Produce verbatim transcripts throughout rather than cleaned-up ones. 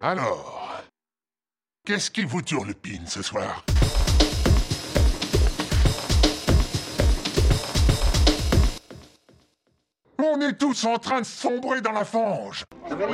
Alors, qu'est-ce qui vous turlupine ce soir? On est tous en train de sombrer dans la fange.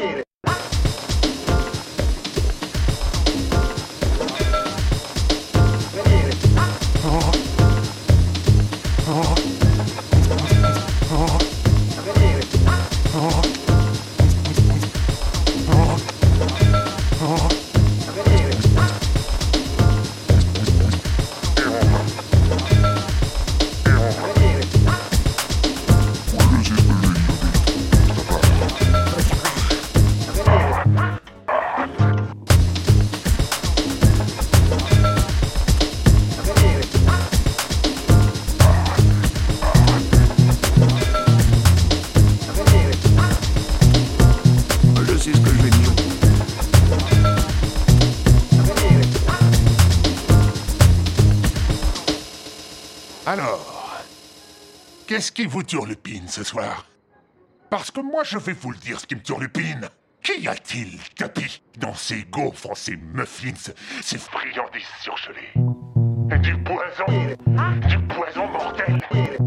Alors, qu'est-ce qui vous turlupine ce soir? Parce que moi, je vais vous le dire ce qui me turlupine. Qu'y a-t-il, Tapi, dans ces gaufres, ces muffins, ces friandises surgelées? Du poison, du poison mortel.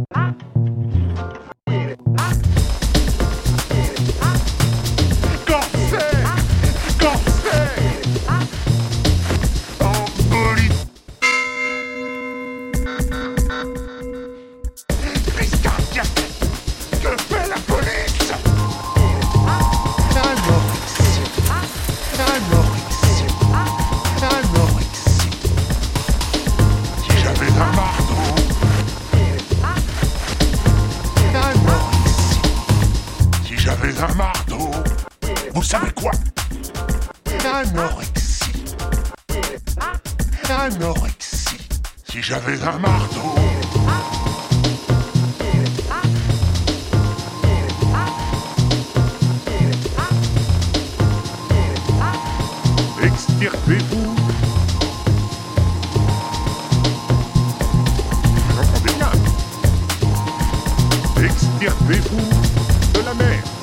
Cancer, cancer, embolie. Crise cardiaque. Que fait la police? Anorexie, anorexie, anorexie. Si j'avais un marteau. Anorexie. Si j'avais un marteau. Vous savez quoi? Anorexie. Anorexie. Si j'avais un marteau. Extirpez-vous. J'entendais bien. Extirpez-vous de la mer.